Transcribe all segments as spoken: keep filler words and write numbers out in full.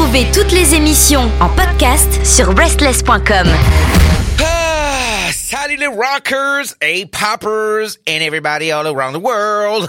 Retrouvez toutes les émissions en podcast sur breastless point com. Ah, salut les rockers et poppers and everybody all around the world.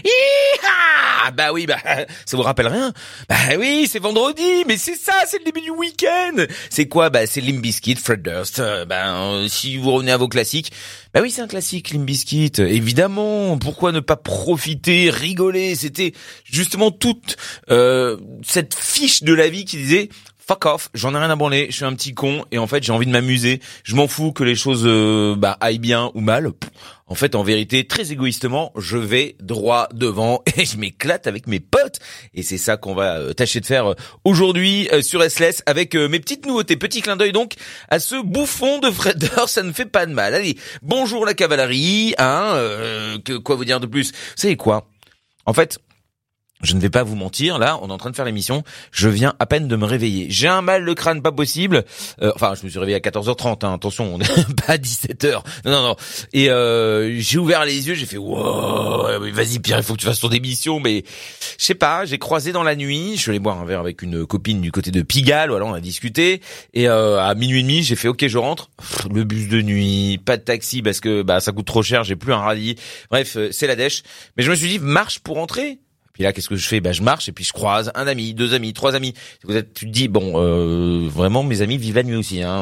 Yeehaw! Bah oui, bah ça vous rappelle rien? Bah oui, c'est vendredi, mais c'est ça, c'est le début du week-end. C'est quoi? Bah c'est Limp Bizkit, Fred Durst. Euh, bah euh, si vous revenez à vos classiques, bah oui c'est un classique Limp Bizkit. Évidemment, pourquoi ne pas profiter, rigoler? C'était justement toute euh, cette fiche de la vie qui disait fuck off, j'en ai rien à branler, je suis un petit con et en fait j'ai envie de m'amuser. Je m'en fous que les choses euh, bah aillent bien ou mal. En fait, en vérité, très égoïstement, je vais droit devant et je m'éclate avec mes potes. Et c'est ça qu'on va euh, tâcher de faire euh, aujourd'hui euh, sur S L S avec euh, mes petites nouveautés. Petit clin d'œil donc à ce bouffon de Fred Durst, ça ne fait pas de mal. Allez, bonjour la cavalerie, hein, euh, que quoi vous dire de plus? Vous savez quoi? En fait, je ne vais pas vous mentir, là, on est en train de faire l'émission, je viens à peine de me réveiller. J'ai un mal de crâne pas possible. Euh, enfin, je me suis réveillé à quatorze heures trente, hein, attention, on n'est pas à dix-sept heures. Non, non, non. Et euh, j'ai ouvert les yeux, j'ai fait « Wow, vas-y Pierre, il faut que tu fasses ton émission. » Mais je sais pas, j'ai croisé dans la nuit, je suis allé boire un verre avec une copine du côté de Pigalle, voilà, on a discuté. Et euh, à minuit et demi, j'ai fait « Ok, je rentre. » Le bus de nuit, pas de taxi parce que bah ça coûte trop cher, j'ai plus un radis. Bref, c'est la dèche. Mais je me suis dit « Marche pour rentrer !» Et là, qu'est-ce que je fais? Bah, je marche et puis je croise un ami, deux amis, trois amis. Vous êtes, tu te dis bon, euh, vraiment, mes amis vivent la nuit aussi, hein.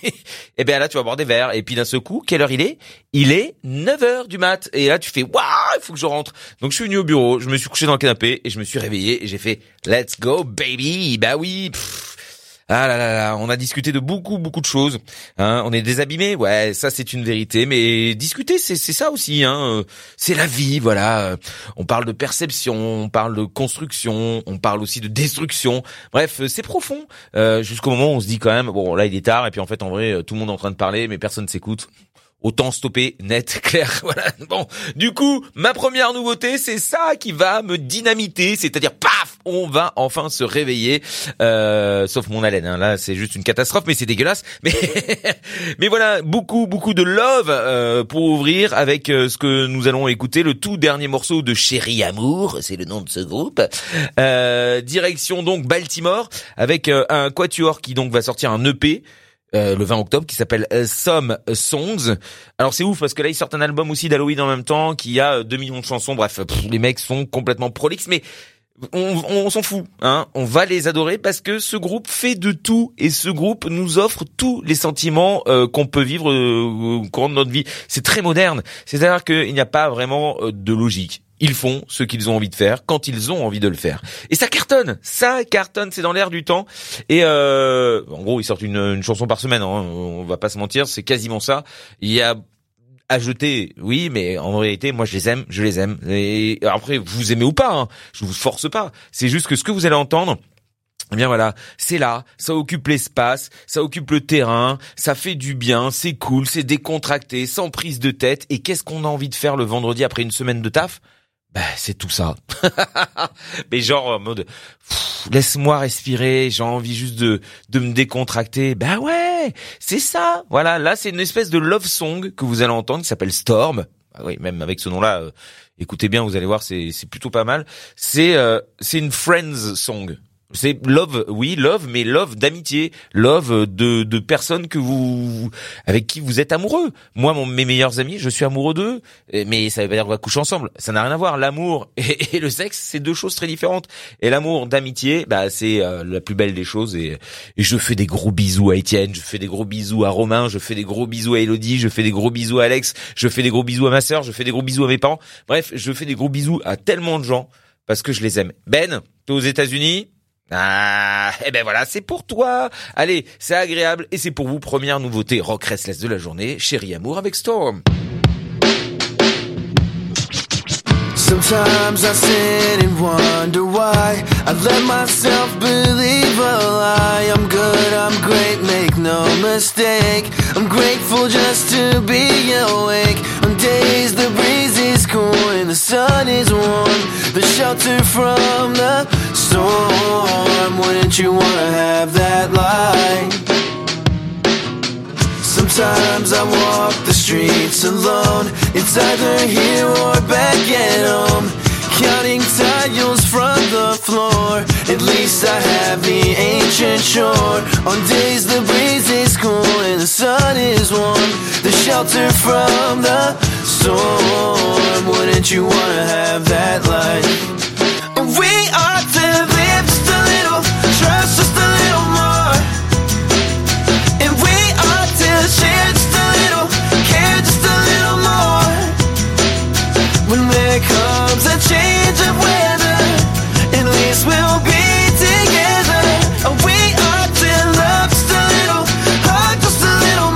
Et ben là, tu vas boire des verres et puis d'un seul coup, quelle heure il est? Il est neuf heures du mat. Et là, tu fais waouh, il faut que je rentre. Donc, je suis venu au bureau, je me suis couché dans le canapé et je me suis réveillé et j'ai fait let's go baby. Bah oui. Pff. Ah là là là, on a discuté de beaucoup beaucoup de choses. Hein, on est désabîmés, ouais, ça c'est une vérité. Mais discuter, c'est c'est ça aussi. Hein, c'est la vie, voilà. On parle de perception, on parle de construction, on parle aussi de destruction. Bref, c'est profond. Euh, jusqu'au moment où on se dit quand même, bon là il est tard et puis en fait en vrai tout le monde est en train de parler, mais personne s'écoute. Autant stopper, net, clair, voilà. Bon, du coup, ma première nouveauté, c'est ça qui va me dynamiter, c'est-à-dire, paf, on va enfin se réveiller, euh, sauf mon haleine, hein. Là, c'est juste une catastrophe, mais c'est dégueulasse. Mais, mais voilà, beaucoup, beaucoup de love euh, pour ouvrir avec euh, ce que nous allons écouter, le tout dernier morceau de Chéri Amour, c'est le nom de ce groupe. Euh, direction donc Baltimore avec euh, un quatuor qui donc va sortir un E P. Euh, le vingt octobre qui s'appelle euh, Some Songs. Alors c'est ouf parce que là ils sortent un album aussi d'Halloween en même temps qui a deux millions de chansons. Bref, pff, les mecs sont complètement prolixes, mais on, on, on s'en fout, hein. On va les adorer parce que ce groupe fait de tout et ce groupe nous offre tous les sentiments euh, qu'on peut vivre euh, au cours de notre vie. C'est très moderne. C'est-à-dire qu'il n'y a pas vraiment euh, de logique. Ils font ce qu'ils ont envie de faire quand ils ont envie de le faire. Et ça cartonne, ça cartonne, c'est dans l'air du temps. Et euh, en gros, ils sortent une, une chanson par semaine, hein, on va pas se mentir, c'est quasiment ça. Il y a à jeter, oui, mais en réalité, moi je les aime, je les aime. Et après, vous aimez ou pas, hein, je vous force pas. C'est juste que ce que vous allez entendre, eh bien voilà, c'est là, ça occupe l'espace, ça occupe le terrain, ça fait du bien, c'est cool, c'est décontracté, sans prise de tête. Et qu'est-ce qu'on a envie de faire le vendredi après une semaine de taf? Bah, c'est tout ça. Mais genre en mode pff, laisse-moi respirer, j'ai envie juste de de me décontracter. Bah ouais, c'est ça. Voilà, là c'est une espèce de love song que vous allez entendre qui s'appelle Storm. Bah oui, même avec ce nom-là, euh, écoutez bien, vous allez voir, c'est c'est plutôt pas mal. C'est euh, c'est une friends song. C'est love, oui, love, mais love d'amitié, love de de personnes que vous avec qui vous êtes amoureux. Moi, mon, mes meilleurs amis, je suis amoureux d'eux, mais ça veut pas dire qu'on va coucher ensemble. Ça n'a rien à voir. L'amour et, et le sexe, c'est deux choses très différentes. Et l'amour d'amitié, bah c'est euh, la plus belle des choses. Et, et je fais des gros bisous à Étienne, je fais des gros bisous à Romain, je fais des gros bisous à Elodie, je fais des gros bisous à Alex, je fais des gros bisous à ma sœur, je fais des gros bisous à mes parents. Bref, je fais des gros bisous à tellement de gens parce que je les aime. Ben, t'es aux États-Unis? Ah, eh ben voilà, c'est pour toi. Allez, c'est agréable et c'est pour vous. Première nouveauté rock restless de la journée, Chéri Amour avec Storm. Sometimes I sit and wonder why I let myself believe a lie. I'm good, I'm great, make no mistake. I'm grateful just to be awake. On days the breeze is cool and the sun is warm, the shelter from the storm. Wouldn't you wanna have that life? Sometimes I walk the streets alone. It's either here or back at home, counting tiles from the floor At least I have the ancient shore. On days the breeze is cool and the sun is warm, the shelter from the storm. Wouldn't you wanna have that life? We ought to live just a little, trust just a little more. And we ought to share just a little, care just a little more. When there comes a change of weather, at least we'll be together. We ought to love just a little, hug just a little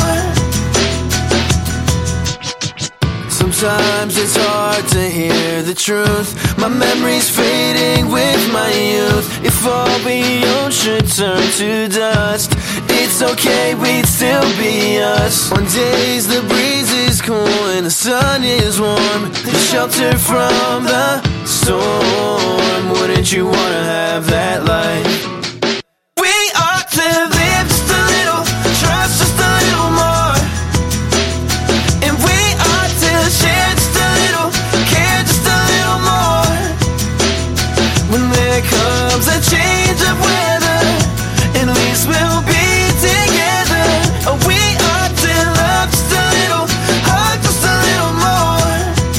more. Sometimes it's hard to hear the truth. My memory's fading with my youth. If all we own should turn to dust, it's okay, we'd still be us. On days the breeze is cool and the sun is warm, the shelter from the storm. Wouldn't you wanna have that life? We ought to live just a little, trust just a little more. And we ought to share just a little, care just a little more. When there comes a change of weather, at least we'll be together. We ought to love just a little, hug just a little more.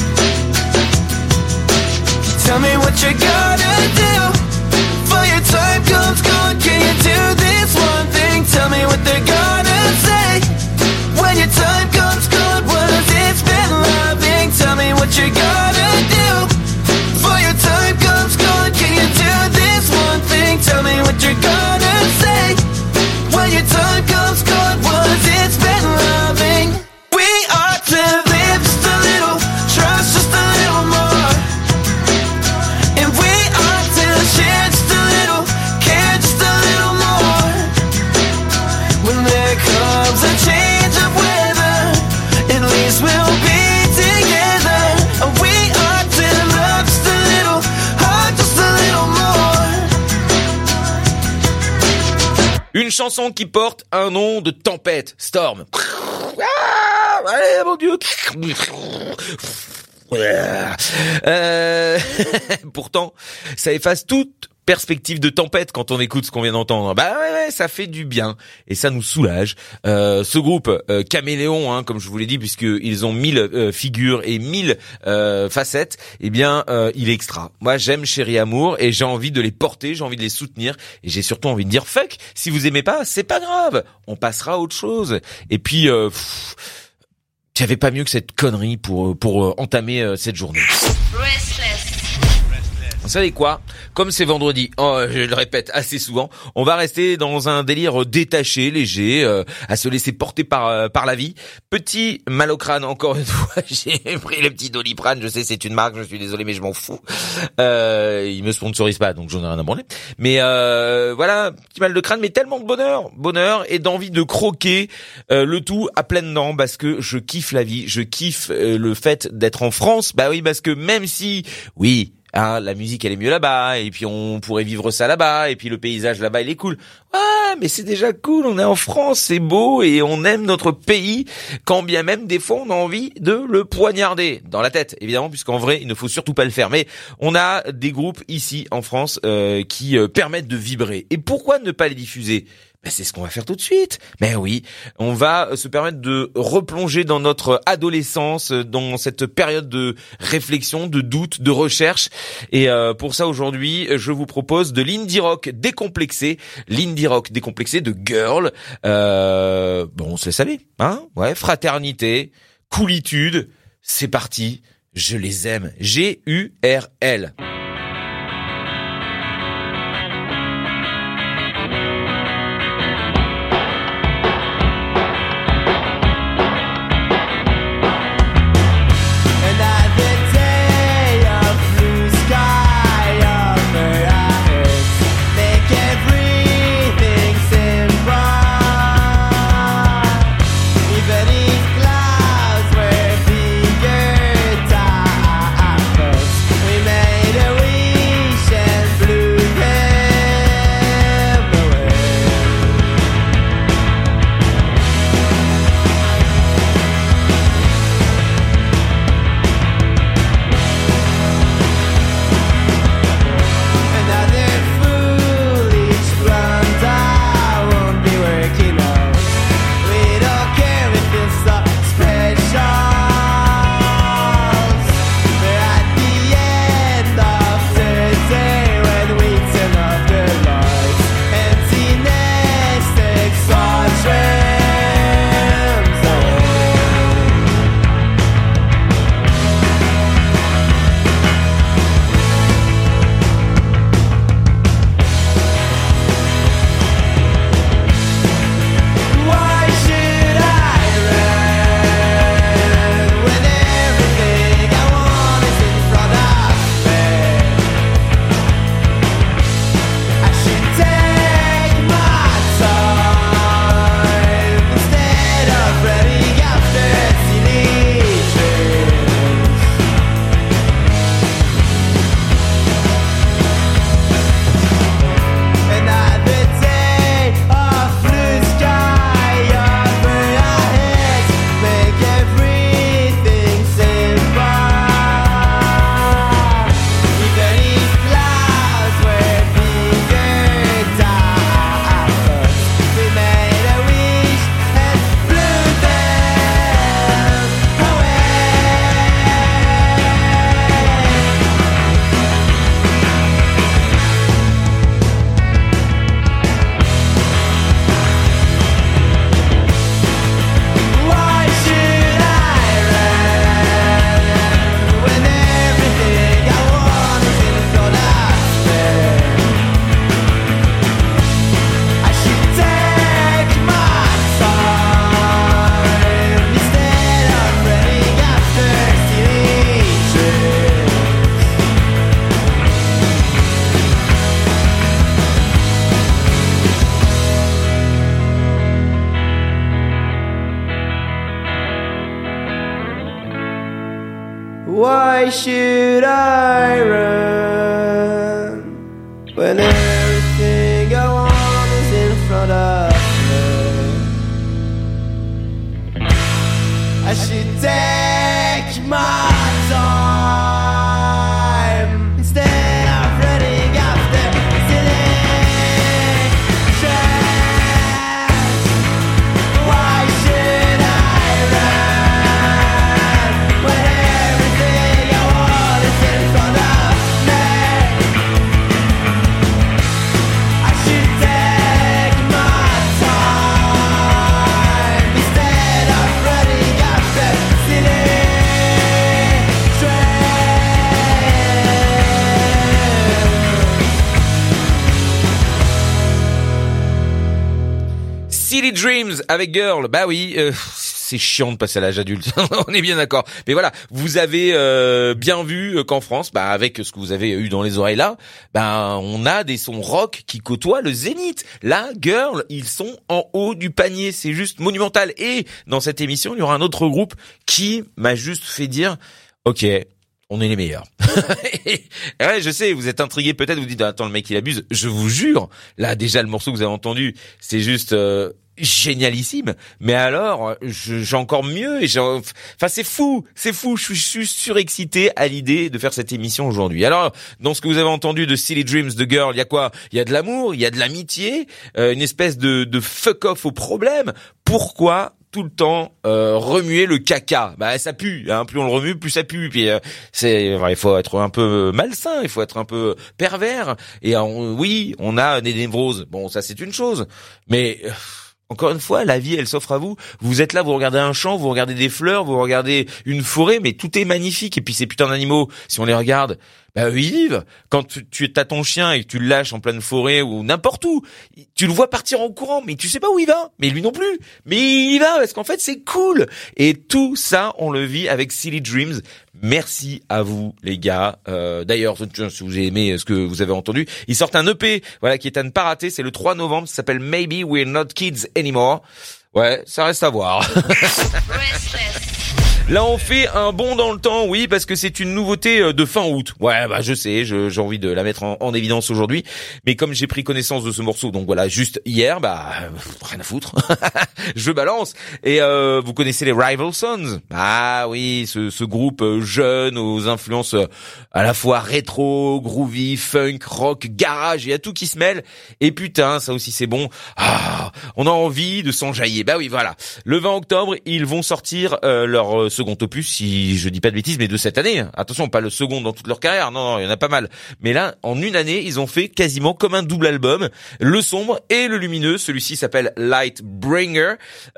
Tell me what you're gonna do before your time comes gone. Can you do this one thing? Tell me what they're gonna say when your time comes gone. What it's been loving. Tell me what you're gonna do before your time comes gone. Can you do this one thing? Tell me what you're gonna say when your time comes gone. What it's been loving. We ought to live just a little, trust just a little more. And we ought to share just a little, care just a little more. When there comes a change of weather, at least we'll be together. We ought to love just a little, hug just a little more. Une chanson qui porte un nom de tempête, Storm. Ah, allez, mon Dieu. Euh... Pourtant, ça efface toute perspective de tempête quand on écoute ce qu'on vient d'entendre. Bah ouais, ouais, ça fait du bien et ça nous soulage. Euh, ce groupe euh, Caméléon, hein, comme je vous l'ai dit, puisqu'ils ont mille euh, figures et mille euh, facettes, eh bien, euh, il est extra. Moi, j'aime Chéri Amour et j'ai envie de les porter, j'ai envie de les soutenir et j'ai surtout envie de dire fuck. Si vous aimez pas, c'est pas grave, on passera à autre chose. Et puis, euh, pff, il y avait pas mieux que cette connerie pour pour euh, entamer euh, cette journée. Restless. Vous savez quoi? Comme c'est vendredi, oh, je le répète assez souvent, on va rester dans un délire détaché, léger, euh, à se laisser porter par euh, par la vie. Petit mal au crâne, encore une fois, j'ai pris le petit Doliprane, je sais c'est une marque, je suis désolé mais je m'en fous. Euh, il me sponsorise pas, donc j'en ai rien à branler. Mais euh, voilà, petit mal de crâne, mais tellement de bonheur, bonheur et d'envie de croquer euh, le tout à pleines dents parce que je kiffe la vie, je kiffe euh, le fait d'être en France. Bah oui, parce que même si, oui. Ah, la musique elle est mieux là-bas et puis on pourrait vivre ça là-bas et puis le paysage là-bas il est cool. Ouais, mais c'est déjà cool, on est en France, c'est beau et on aime notre pays quand bien même des fois on a envie de le poignarder dans la tête évidemment puisqu'en vrai il ne faut surtout pas le faire. Mais on a des groupes ici en France euh, qui euh, permettent de vibrer et pourquoi ne pas les diffuser? Ben c'est ce qu'on va faire tout de suite. Ben oui, on va se permettre de replonger dans notre adolescence, dans cette période de réflexion, de doute, de recherche. Et euh, pour ça aujourd'hui, je vous propose de l'indie rock décomplexé, l'indie rock décomplexé de Girl. Euh, bon, on se laisse aller, hein? Ouais, fraternité, coolitude, c'est parti. Je les aime. G U R L. Made a Why should I run when everything I want is in front of me? I should take my time instead of running after silly trash. Why should I run when everything I want is in front of me? I should take my time instead of running after silly trash. Silly Dreams avec Girl. Bah oui, euh, c'est chiant de passer à l'âge adulte. On est bien d'accord. Mais voilà, vous avez euh, bien vu qu'en France, bah avec ce que vous avez eu dans les oreilles là, bah on a des sons rock qui côtoient le zénith. Là, Girl, ils sont en haut du panier, c'est juste monumental. Et dans cette émission, il y aura un autre groupe qui m'a juste fait dire OK, on est les meilleurs. Ouais, je sais, vous êtes intrigués peut-être, vous dites attends, le mec il abuse. Je vous jure, là déjà le morceau que vous avez entendu, c'est juste euh, génialissime. Mais alors, je, j'ai encore mieux et j'ai, enfin c'est fou, c'est fou. Je suis, je suis surexcité à l'idée de faire cette émission aujourd'hui. Alors, dans ce que vous avez entendu de Silly Dreams de Girl, il y a quoi? Il y a de l'amour, il y a de l'amitié, euh, une espèce de, de fuck off au problème. Pourquoi tout le temps euh, remuer le caca? Bah ça pue, hein, plus on le remue, plus ça pue. Puis euh, c'est, enfin, il faut être un peu malsain, il faut être un peu pervers. Et on, oui, on a des névroses. Bon, ça c'est une chose, mais euh, encore une fois, la vie, elle s'offre à vous. Vous êtes là, vous regardez un champ, vous regardez des fleurs, vous regardez une forêt, mais tout est magnifique. Et puis ces putains d'animaux, si on les regarde, bah eux, ils vivent. Quand tu, tu as ton chien et que tu le lâches en pleine forêt ou n'importe où, tu le vois partir en courant, mais tu sais pas où il va. Mais lui non plus. Mais il y va parce qu'en fait, c'est cool. Et tout ça, on le vit avec Silly Dreams. Merci à vous, les gars. Euh, d'ailleurs, si vous avez aimé ce que vous avez entendu, ils sortent un E P, voilà, qui est à ne pas rater. C'est le trois novembre. Ça s'appelle Maybe We're Not Kids Anymore. Ouais, ça reste à voir. Là, on fait un bond dans le temps, oui, parce que c'est une nouveauté de fin août. Ouais, bah je sais, je, j'ai envie de la mettre en, en évidence aujourd'hui, mais comme j'ai pris connaissance de ce morceau, donc voilà, juste hier, bah rien à foutre, je balance. Et euh, vous connaissez les Rival Sons? Ah oui, ce, ce groupe jeune aux influences à la fois rétro, groovy, funk, rock, garage, il y a tout qui se mêle. Et putain, ça aussi c'est bon. Ah, on a envie de s'enjailler. Bah oui, voilà. Le vingt octobre, ils vont sortir euh, leur second opus, si je dis pas de bêtises, mais de cette année. Attention, pas le second dans toute leur carrière, non, non, il y en a pas mal. Mais là, en une année, ils ont fait quasiment comme un double album, le sombre et le lumineux. Celui-ci s'appelle Lightbringer.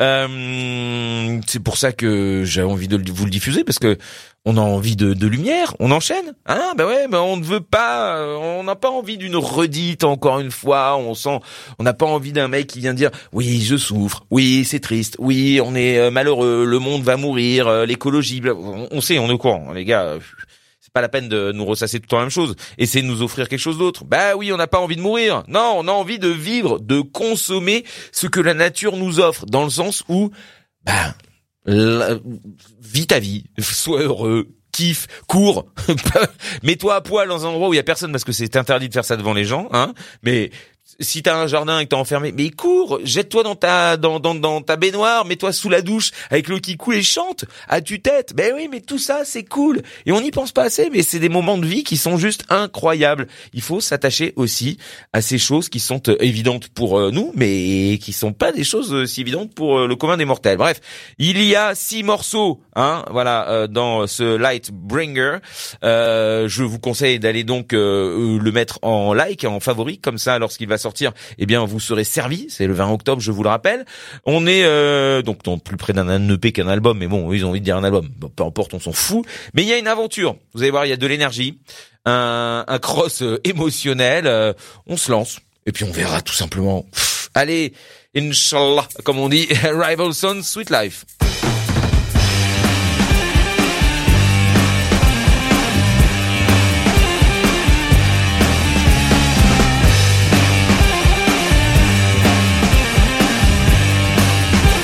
Euh, c'est pour ça que j'ai envie de vous le diffuser, parce que on a envie de, de lumière, on enchaîne, hein, ben ouais, ben on ne veut pas, on n'a pas envie d'une redite encore une fois, on sent, on n'a pas envie d'un mec qui vient dire, oui, je souffre, oui, c'est triste, oui, on est malheureux, le monde va mourir, l'écologie, on, on sait, on est au courant, les gars, c'est pas la peine de nous ressasser tout le temps la même chose, essayez de nous offrir quelque chose d'autre. Bah oui, on n'a pas envie de mourir, non, on a envie de vivre, de consommer ce que la nature nous offre, dans le sens où, bah, La... vis ta vie, sois heureux, kiffe, cours, mets-toi à poil dans un endroit où il y a personne parce que c'est interdit de faire ça devant les gens, hein. Mais si t'as un jardin et que t'es enfermé, mais cours, jette-toi dans ta dans dans dans ta baignoire, mets-toi sous la douche avec l'eau qui coule et chante à tue-tête. Ben oui, mais tout ça c'est cool et on n'y pense pas assez, mais c'est des moments de vie qui sont juste incroyables. Il faut s'attacher aussi à ces choses qui sont évidentes pour nous, mais qui sont pas des choses si évidentes pour le commun des mortels. Bref, il y a six morceaux, hein, voilà, euh, dans ce Lightbringer. Euh, je vous conseille d'aller donc euh, le mettre en like, en favori, comme ça, lorsqu'il va sortir, eh bien vous serez servi. C'est le vingt octobre, je vous le rappelle. On est euh, donc non, plus près d'un E P qu'un album, mais bon, ils ont envie de dire un album. Bon, peu importe, on s'en fout. Mais il y a une aventure. Vous allez voir, il y a de l'énergie, un, un cross euh, émotionnel. Euh, on se lance et puis on verra tout simplement. Pff, allez, Inch'Allah, comme on dit, Rival Sons, Sweet Life.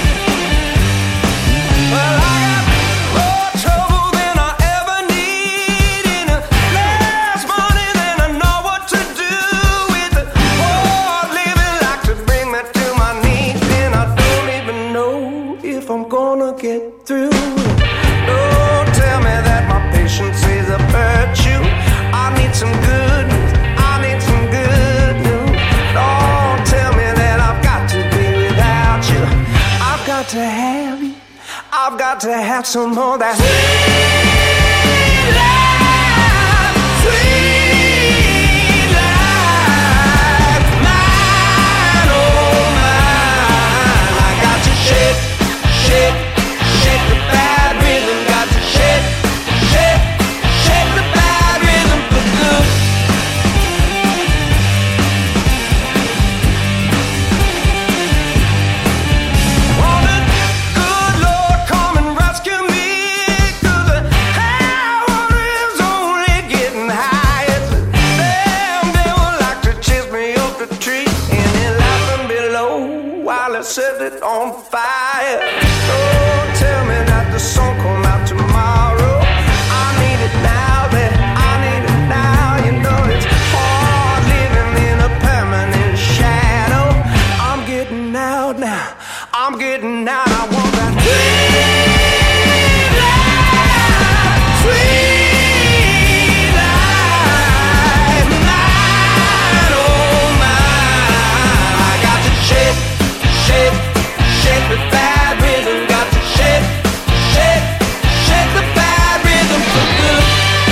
Well, I got more trouble than I ever need. got to have some more of that sweet life, sweet life. Mine, oh mine. I got to shake, shake, shake the bad rhythm. Got to shake, shake, shake the bad rhythm for good. Set it on fire. Oh, tell me that the song come out tomorrow. I need it now, that I need it now. You know it's hard living in a permanent shadow. I'm getting out now. I'm getting out. I want that sweet life, sweet life. Mine, oh mine. I got to shake. Shake, shake the bad rhythm, got to shake, shake, shake the bad rhythm for good.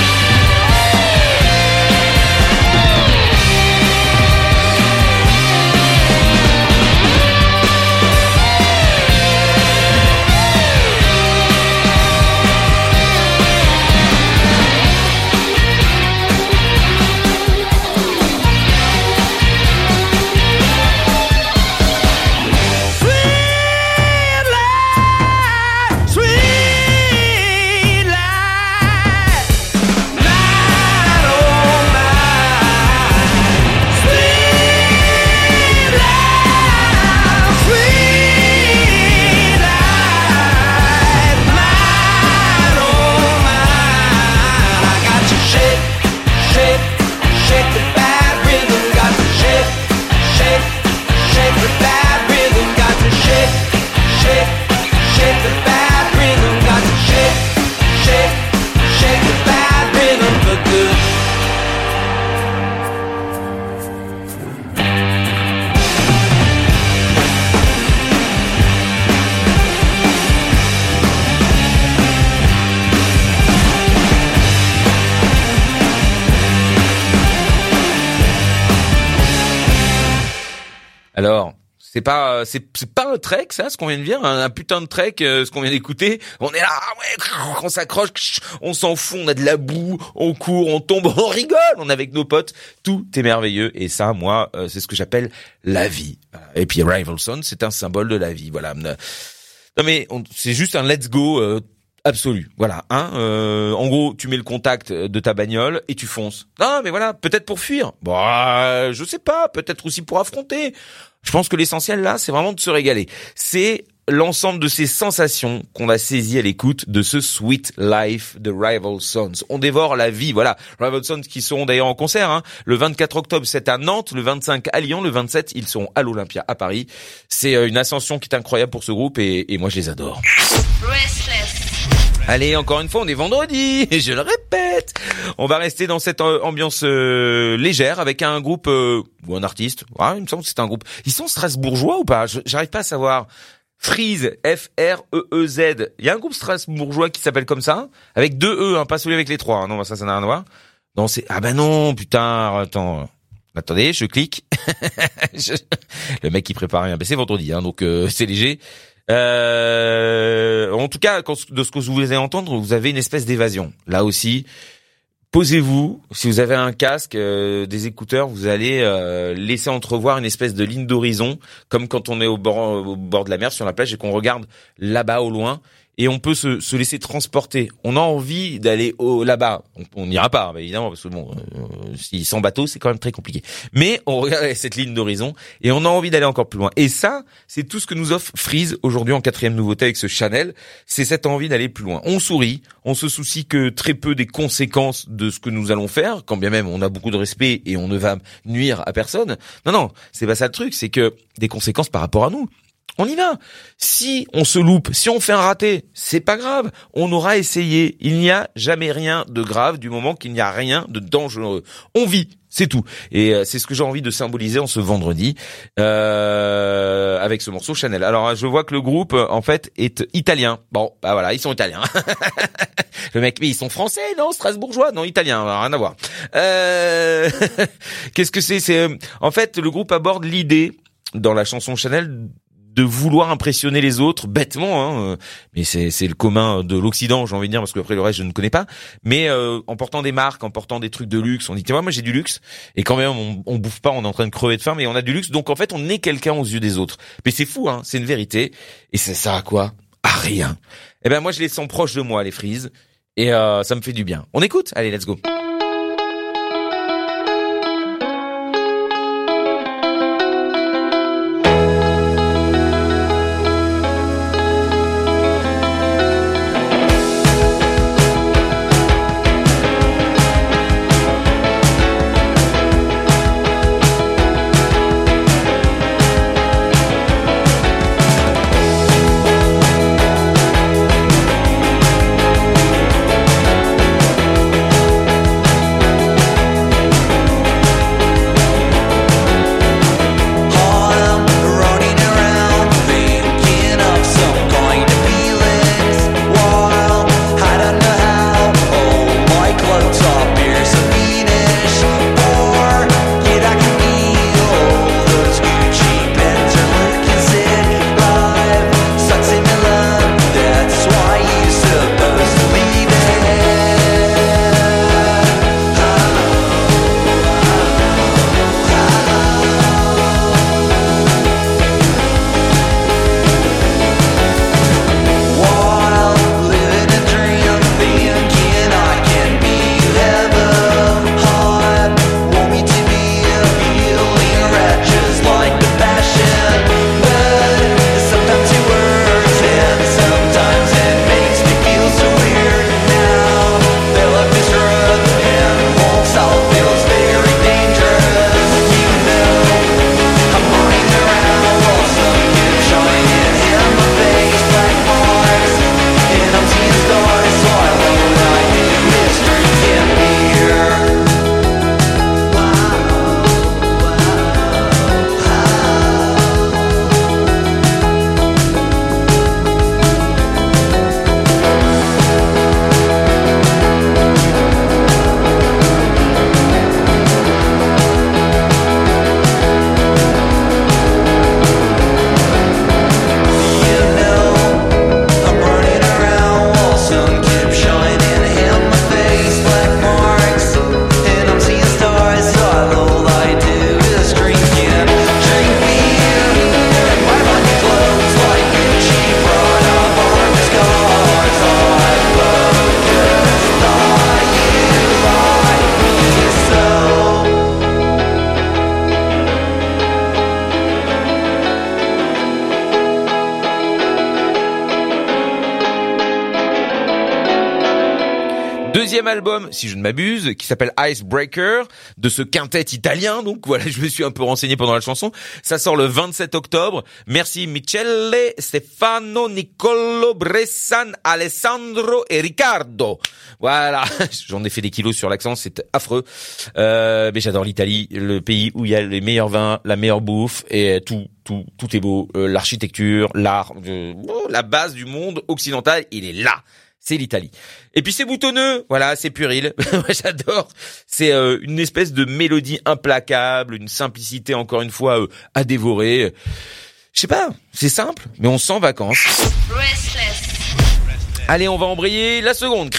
Alors, c'est pas, c'est, c'est pas un trek, ça, ce qu'on vient de dire, un, un putain de trek, euh, ce qu'on vient d'écouter. On est là, ah ouais, on s'accroche, on s'en fout, on a de la boue, on court, on tombe, on rigole, on est avec nos potes, tout est merveilleux. Et ça, moi, euh, c'est ce que j'appelle la vie. Et puis Rival Sons, c'est un symbole de la vie, voilà. Non mais on, c'est juste un let's go. Euh, Absolu, voilà. Hein, euh, en gros, tu mets le contact de ta bagnole et tu fonces. Non, mais voilà, peut-être pour fuir. Bon, euh, je sais pas, peut-être aussi pour affronter. Je pense que l'essentiel là, c'est vraiment de se régaler. C'est l'ensemble de ces sensations qu'on a saisies à l'écoute de ce Sweet Life de Rival Sons. On dévore la vie, voilà. Rival Sons qui seront d'ailleurs en concert. Hein. Le vingt-quatre octobre, c'est à Nantes. Le vingt-cinq à Lyon. Le vingt-sept, ils sont à l'Olympia à Paris. C'est une ascension qui est incroyable pour ce groupe et, et moi, je les adore. Restless. Allez, encore une fois, on est vendredi, je le répète. On va rester dans cette ambiance euh, légère avec un groupe euh, ou un artiste. Ah, il me semble que c'est un groupe. Ils sont strasbourgeois ou pas? J'arrive pas à savoir. Freeze, F R E E Z. Il y a un groupe strasbourgeois qui s'appelle comme ça, avec deux E, hein, pas celui avec les trois. Hein. Non, ça, ça n'a rien à voir. Non, c'est ah ben non, putain, attends. Attendez, je clique. je... Le mec qui prépare rien. Ben, c'est vendredi, hein, donc euh, c'est léger. Euh, en tout cas, quand, de ce que vous allez entendre, vous avez une espèce d'évasion. Là aussi, posez-vous. Si vous avez un casque, euh, des écouteurs, vous allez euh, laisser entrevoir une espèce de ligne d'horizon, comme quand on est au bord, au bord de la mer sur la plage et qu'on regarde là-bas au loin. Et on peut se, se laisser transporter. On a envie d'aller au, là-bas. On n'ira pas, évidemment, parce que bon, euh, si sans bateau, c'est quand même très compliqué. Mais on regarde cette ligne d'horizon et on a envie d'aller encore plus loin. Et ça, c'est tout ce que nous offre Freeze aujourd'hui en quatrième nouveauté avec ce Chanel. C'est cette envie d'aller plus loin. On sourit, on se soucie que très peu des conséquences de ce que nous allons faire, quand bien même on a beaucoup de respect et on ne va nuire à personne. Non, non, c'est pas ça le truc, c'est que des conséquences par rapport à nous. on y va. Si on se loupe, si on fait un raté, c'est pas grave. On aura essayé. Il n'y a jamais rien de grave du moment qu'il n'y a rien de dangereux. On vit, c'est tout. Et euh, c'est ce que j'ai envie de symboliser en ce vendredi euh, avec ce morceau Chanel. Alors je vois que le groupe en fait est italien. Bon, bah voilà, ils sont italiens. Le mec, mais ils sont français, non, strasbourgeois, non, italien, rien à voir. Euh... Qu'est-ce que c'est C'est en fait le groupe aborde l'idée dans la chanson Chanel de vouloir impressionner les autres bêtement, hein, mais c'est c'est le commun de l'Occident, j'ai envie de dire, parce que après le reste je ne connais pas, mais euh, en portant des marques, en portant des trucs de luxe, on dit tiens moi j'ai du luxe, et quand même on, on bouffe pas, on est en train de crever de faim, mais on a du luxe, donc en fait on est quelqu'un aux yeux des autres. Mais c'est fou, hein, c'est une vérité, et ça sert à quoi? À rien. Eh ben moi je les sens proches de moi les Freeze, et euh, ça me fait du bien. On écoute? Allez, let's go. Deuxième album, si je ne m'abuse, qui s'appelle Icebreaker, de ce quintet italien. Donc voilà, je me suis un peu renseigné pendant la chanson. Ça sort le vingt-sept octobre. Merci Michele, Stefano, Nicolo, Bressan, Alessandro et Riccardo. Voilà, j'en ai fait des kilos sur l'accent, c'est affreux. Euh, mais j'adore l'Italie, le pays où il y a les meilleurs vins, la meilleure bouffe et tout. Tout, tout est beau. Euh, l'architecture, l'art, euh, la base du monde occidental, il est là. C'est l'Italie. Et puis c'est boutonneux, voilà, c'est puéril. Moi j'adore. C'est euh, une espèce de mélodie implacable, une simplicité encore une fois euh, à dévorer. Je sais pas, c'est simple, mais on sent vacances. Restless. Allez, on va embrayer la seconde.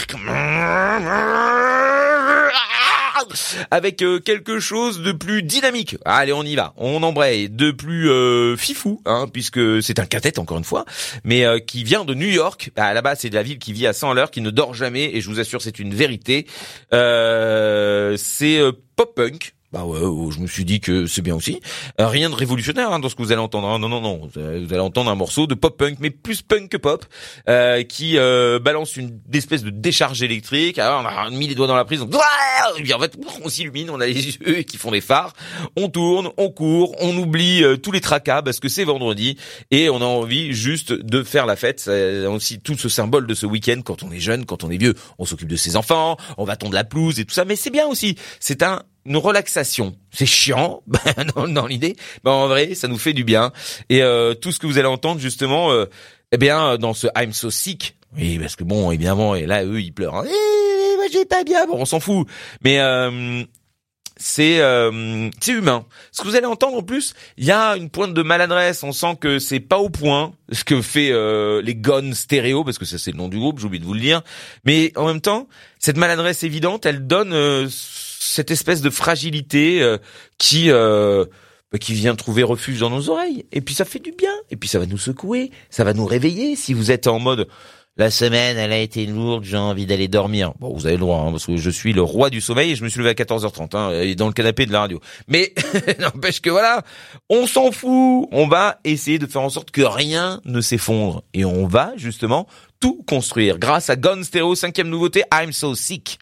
Avec euh, quelque chose de plus dynamique. Allez, on y va. On embraye de plus euh, fifou, hein, puisque c'est un quintet encore une fois, mais euh, qui vient de New York. À la base, c'est de la ville qui vit à cent à l'heure, qui ne dort jamais, et je vous assure, c'est une vérité. Euh, c'est euh, pop punk. Bah ouais, je me suis dit que c'est bien aussi. Euh, rien de révolutionnaire hein, dans ce que vous allez entendre. Hein. Non, non, non. Vous allez entendre un morceau de pop-punk, mais plus punk que pop, euh, qui euh, balance une espèce de décharge électrique. Alors, on a mis les doigts dans la prise. On... Et puis en fait, on s'illumine, on a les yeux qui font des phares. On tourne, on court, on oublie euh, tous les tracas parce que c'est vendredi et on a envie juste de faire la fête. C'est aussi tout ce symbole de ce week-end quand on est jeune, quand on est vieux. On s'occupe de ses enfants, on va tondre la pelouse et tout ça. Mais c'est bien aussi. C'est un une relaxation. C'est chiant dans, dans l'idée, mais en vrai, ça nous fait du bien. Et euh, tout ce que vous allez entendre justement, euh, eh bien, dans ce I'm So Sick, oui, parce que bon, évidemment, et là, eux, ils pleurent. Hein. Eh, moi, j'ai pas bien. Bon, on s'en fout. Mais euh, c'est euh, c'est humain. Ce que vous allez entendre en plus, il y a une pointe de maladresse. On sent que c'est pas au point ce que fait euh, les Gone Stereo, parce que ça c'est le nom du groupe. J'ai oublié de vous le dire. Mais en même temps, cette maladresse évidente, elle donne euh, cette espèce de fragilité euh, qui euh, qui vient trouver refuge dans nos oreilles. Et puis ça fait du bien. Et puis ça va nous secouer, ça va nous réveiller. Si vous êtes en mode la semaine, elle a été lourde, j'ai envie d'aller dormir. Bon, vous avez le droit, hein, parce que je suis le roi du sommeil et je me suis levé à quatorze heures trente, hein, dans le canapé de la radio. Mais n'empêche que voilà, on s'en fout. On va essayer de faire en sorte que rien ne s'effondre et on va justement tout construire grâce à Gone Stereo, cinquième nouveauté, I'm So Sick.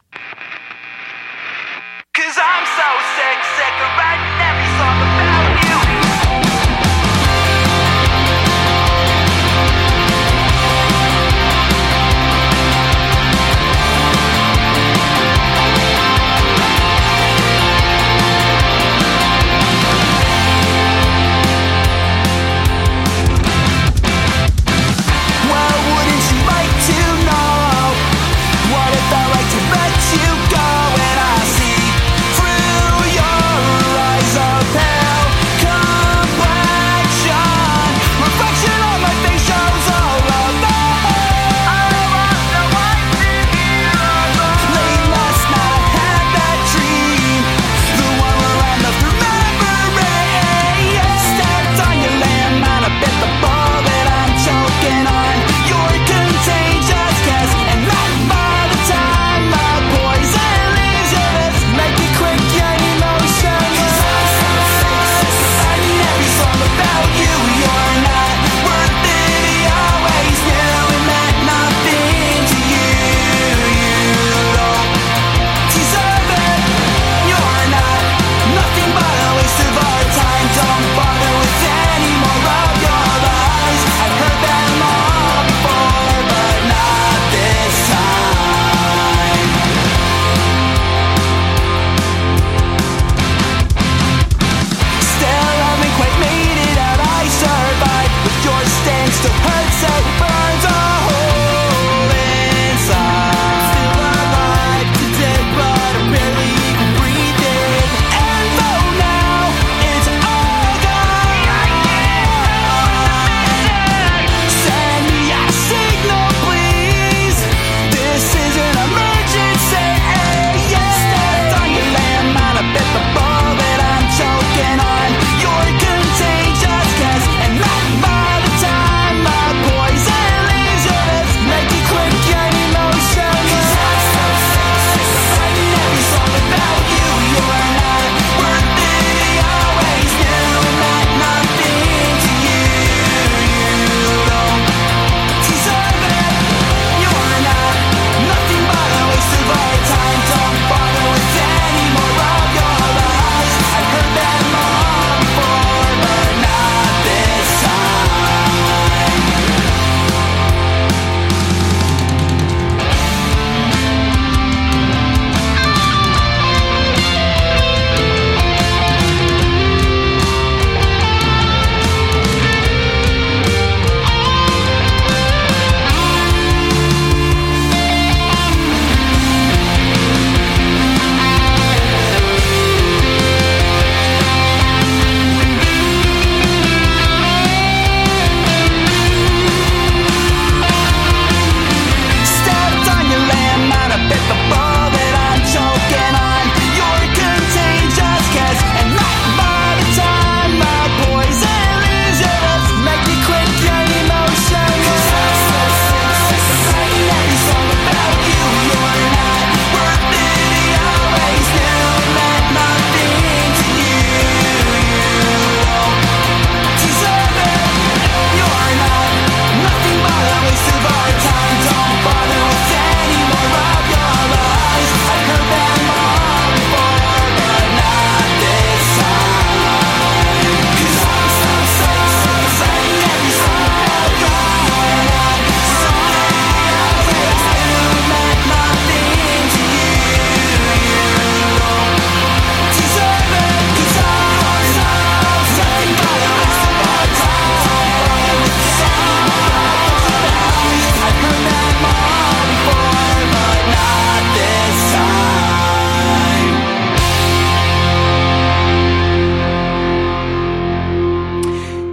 Cause I'm so sick, sick of writing every song about you. Well, wouldn't you like to know what it felt like to let you go?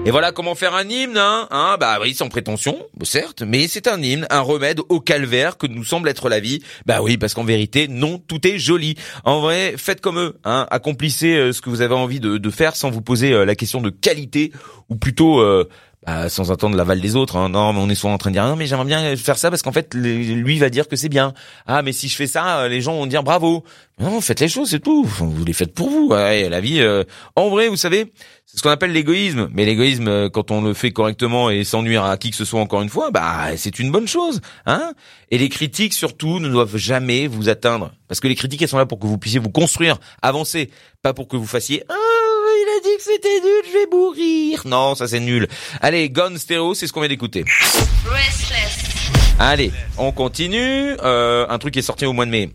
Et voilà comment faire un hymne, hein, hein bah oui, sans prétention, certes, mais c'est un hymne, un remède au calvaire que nous semble être la vie. Bah oui, parce qu'en vérité, non, tout est joli. En vrai, faites comme eux, hein, accomplissez ce que vous avez envie de, de faire sans vous poser la question de qualité, ou plutôt... Euh, Bah, sans attendre l'aval des autres, hein. Non, mais on est souvent en train de dire non, mais j'aimerais bien faire ça parce qu'en fait, les, lui va dire que c'est bien. Ah, mais si je fais ça, les gens vont dire bravo. Non, faites les choses, c'est tout. Vous les faites pour vous. Ouais, la vie, euh, en vrai, vous savez, c'est ce qu'on appelle l'égoïsme. Mais l'égoïsme, quand on le fait correctement et sans nuire à qui que ce soit, encore une fois, bah, c'est une bonne chose, hein. Et les critiques, surtout, ne doivent jamais vous atteindre, parce que les critiques, elles sont là pour que vous puissiez vous construire, avancer, pas pour que vous fassiez. Ah, il a dit que c'était nul, je vais mourir. Non, ça c'est nul. Allez, Gone Stereo, c'est ce qu'on vient d'écouter. Restless. Allez, on continue. Euh, un truc qui est sorti au mois de mai.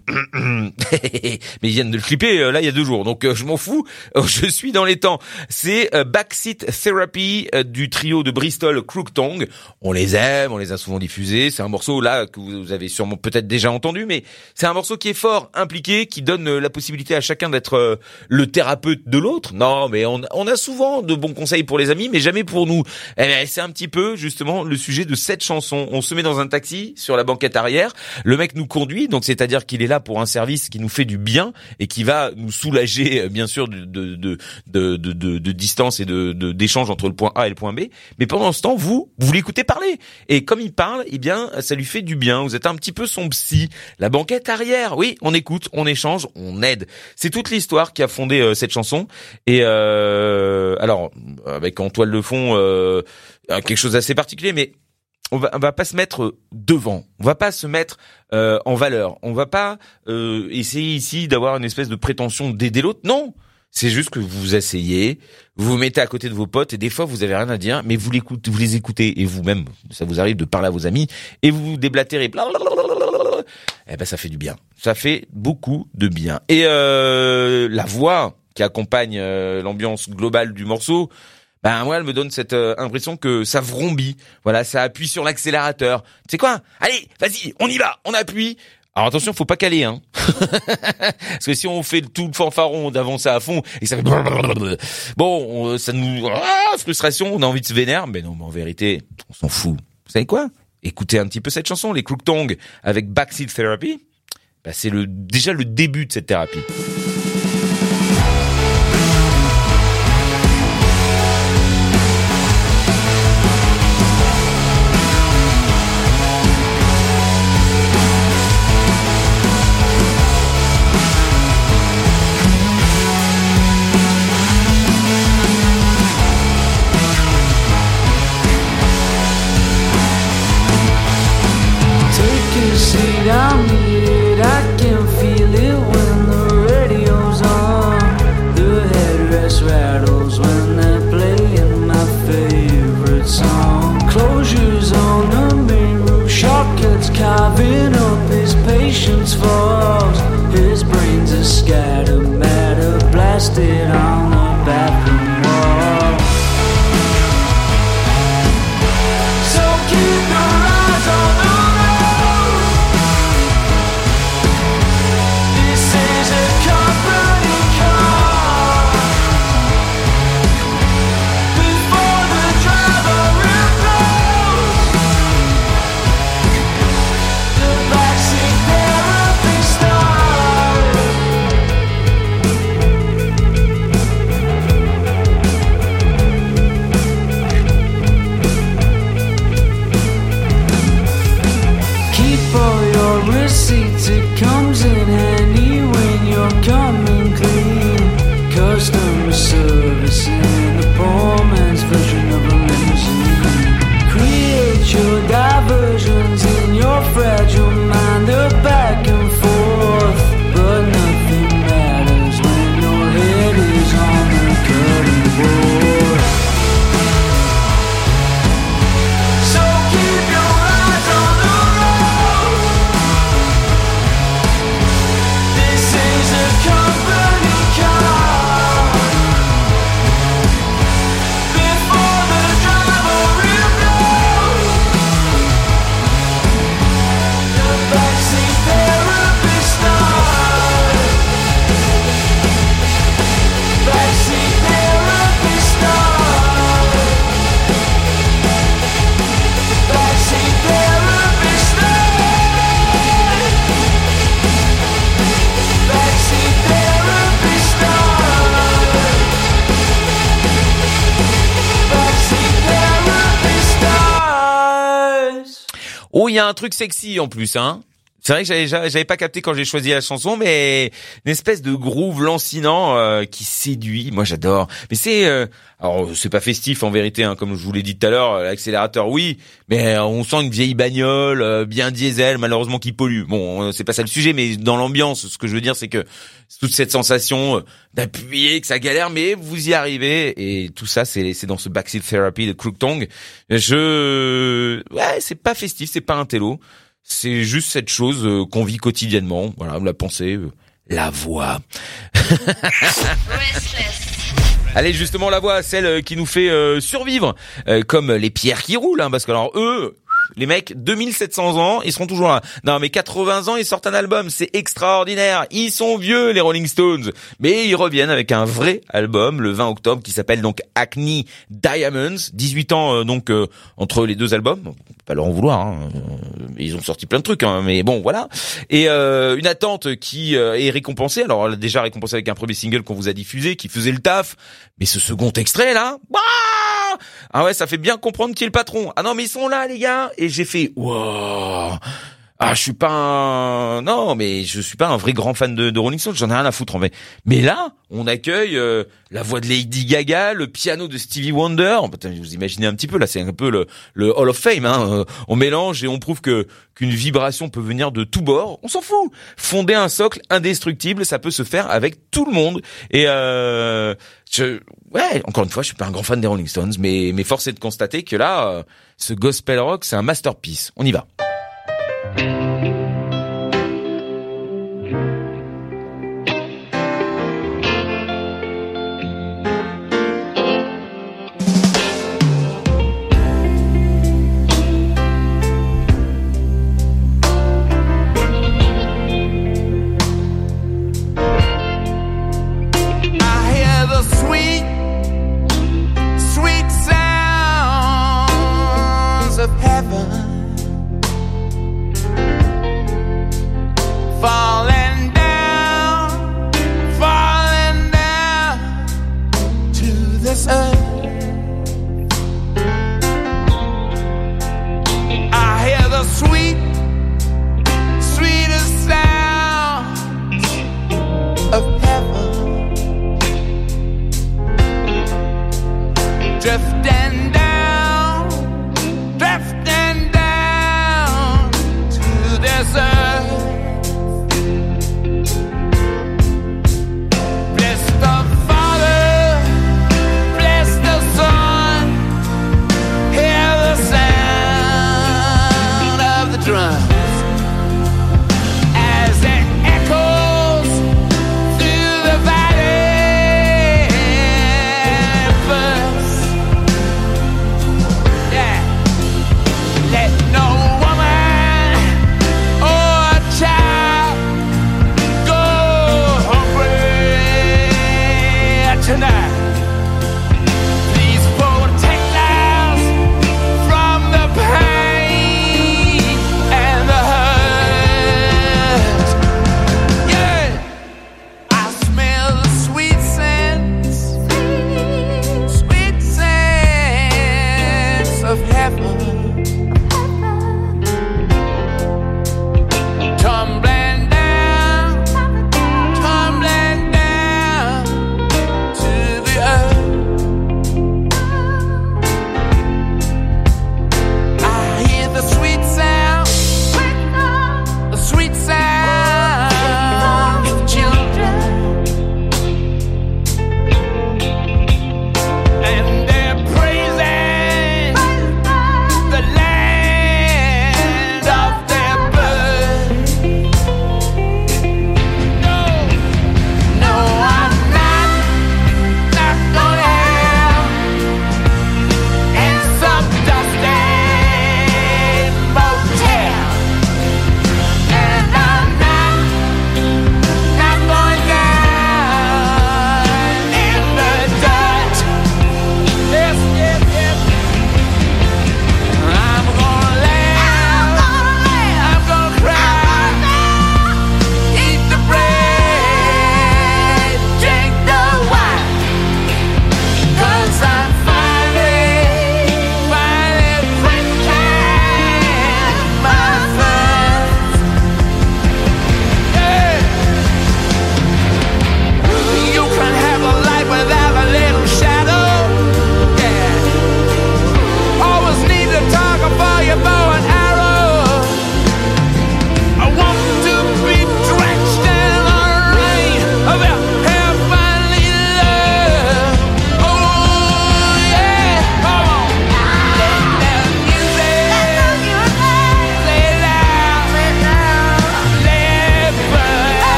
Mais ils viennent de le clipper euh, là il y a deux jours, donc euh, je m'en fous. Euh, je suis dans les temps. C'est euh, Backseat Therapy euh, du trio de Bristol Crook Tongue. On les aime, on les a souvent diffusés. C'est un morceau là que vous avez sûrement peut-être déjà entendu, mais c'est un morceau qui est fort, impliqué, qui donne euh, la possibilité à chacun d'être euh, le thérapeute de l'autre. Non, mais on, on a souvent de bons conseils pour les amis, mais jamais pour nous. Eh bien, c'est un petit peu justement le sujet de cette chanson. On se met dans un taxi sur la banquette arrière, le mec nous conduit, donc c'est-à-dire qu'il est là pour un service qui nous fait du bien et qui va nous soulager, bien sûr, de de de de, de, de, de distance et de, de d'échange entre le point A et le point B. Mais pendant ce temps, vous vous l'écoutez parler, et comme il parle, eh bien, ça lui fait du bien. Vous êtes un petit peu son psy. La banquette arrière, oui, on écoute, on échange, on aide. C'est toute l'histoire qui a fondé euh, cette chanson. Et euh, alors, avec en toile de fond euh, quelque chose d'assez particulier, mais on va, on va pas se mettre devant, on va pas se mettre euh, en valeur, on va pas euh, essayer ici d'avoir une espèce de prétention d'aider l'autre. Non, c'est juste que vous vous asseyez, vous vous mettez à côté de vos potes et des fois vous avez rien à dire, mais vous l'écoutez, vous les écoutez et vous-même, ça vous arrive de parler à vos amis et vous vous déblatérez. Eh ben ça fait du bien, ça fait beaucoup de bien. Et euh, la voix qui accompagne euh, l'ambiance globale du morceau. Ben moi, elle me donne cette euh, impression que ça vrombit. Voilà, ça appuie sur l'accélérateur. Tu sais quoi ? Allez, vas-y, on y va, on appuie. Alors attention, faut pas caler, hein. Parce que si on fait tout le fanfaron d'avancer à fond et que ça fait bon, on, ça nous ah, frustration, on a envie de se vénérer, mais non, mais en vérité, on s'en fout. Vous savez quoi ? Écoutez un petit peu cette chanson, les Crook Tongue avec Backseat Therapy. Ben, c'est le déjà le début de cette thérapie. I'm needed, I can feel it when the radio's on. The headrest rattles when they're playing my favorite song. Closures on the main roof, shortcuts carving up his patience falls. His brains are scattered matter, blasted on the bathroom wall. So keep your eyes on the receipts, it comes in handy when you're coming clean. Customer service in the poor man's version of a limousine. Create your diversions in your fragile mind, they're back and forth, but nothing matters when your head is on the cutting board. So keep your eyes on the road. Oh, il y a un truc sexy en plus, hein. C'est vrai que j'avais, j'avais pas capté quand j'ai choisi la chanson, mais une espèce de groove lancinant euh, qui séduit. Moi, j'adore. Mais c'est, euh, alors c'est pas festif en vérité, hein, comme je vous l'ai dit tout à l'heure. L'accélérateur, oui, mais on sent une vieille bagnole, euh, bien diesel, malheureusement qui pollue. Bon, c'est pas ça le sujet, mais dans l'ambiance, ce que je veux dire, c'est que toute cette sensation d'appuyer, que ça galère, mais vous y arrivez. Et tout ça, c'est, c'est dans ce Backseat Therapy de Crook Tongue. Je, ouais, c'est pas festif, c'est pas un télo. C'est juste cette chose euh, qu'on vit quotidiennement. Voilà, la pensée, euh, la voix. Allez, justement, la voix, celle qui nous fait euh, survivre, euh, comme les pierres qui roulent, hein, parce que alors eux, les mecs, deux mille sept cents ans, ils seront toujours là. Non, mais quatre-vingts ans, ils sortent un album, c'est extraordinaire. Ils sont vieux, les Rolling Stones, mais ils reviennent avec un vrai album le vingt octobre qui s'appelle donc Acne Diamonds. dix-huit ans euh, donc euh, entre les deux albums. On peut pas leur en vouloir. Hein. Ils ont sorti plein de trucs, hein, mais bon, voilà. Et euh, une attente qui euh, est récompensée. Alors, elle a déjà récompensé avec un premier single qu'on vous a diffusé, qui faisait le taf. Mais ce second extrait là, bah ah ouais, ça fait bien comprendre qui est le patron. Ah non, mais ils sont là, les gars. Et j'ai fait, wow. Ah, je suis pas un, non, mais je suis pas un vrai grand fan de, de Rolling Stones. J'en ai rien à foutre, en fait. Mais là, on accueille euh, la voix de Lady Gaga, le piano de Stevie Wonder. Vous imaginez un petit peu, là, c'est un peu le, le Hall of Fame, hein. On mélange et on prouve que, qu'une vibration peut venir de tous bords. On s'en fout. Fonder un socle indestructible, ça peut se faire avec tout le monde. Et, euh, je, ouais, encore une fois, je suis pas un grand fan des Rolling Stones, mais, mais force est de constater que là, euh, ce gospel rock, c'est un masterpiece. On y va.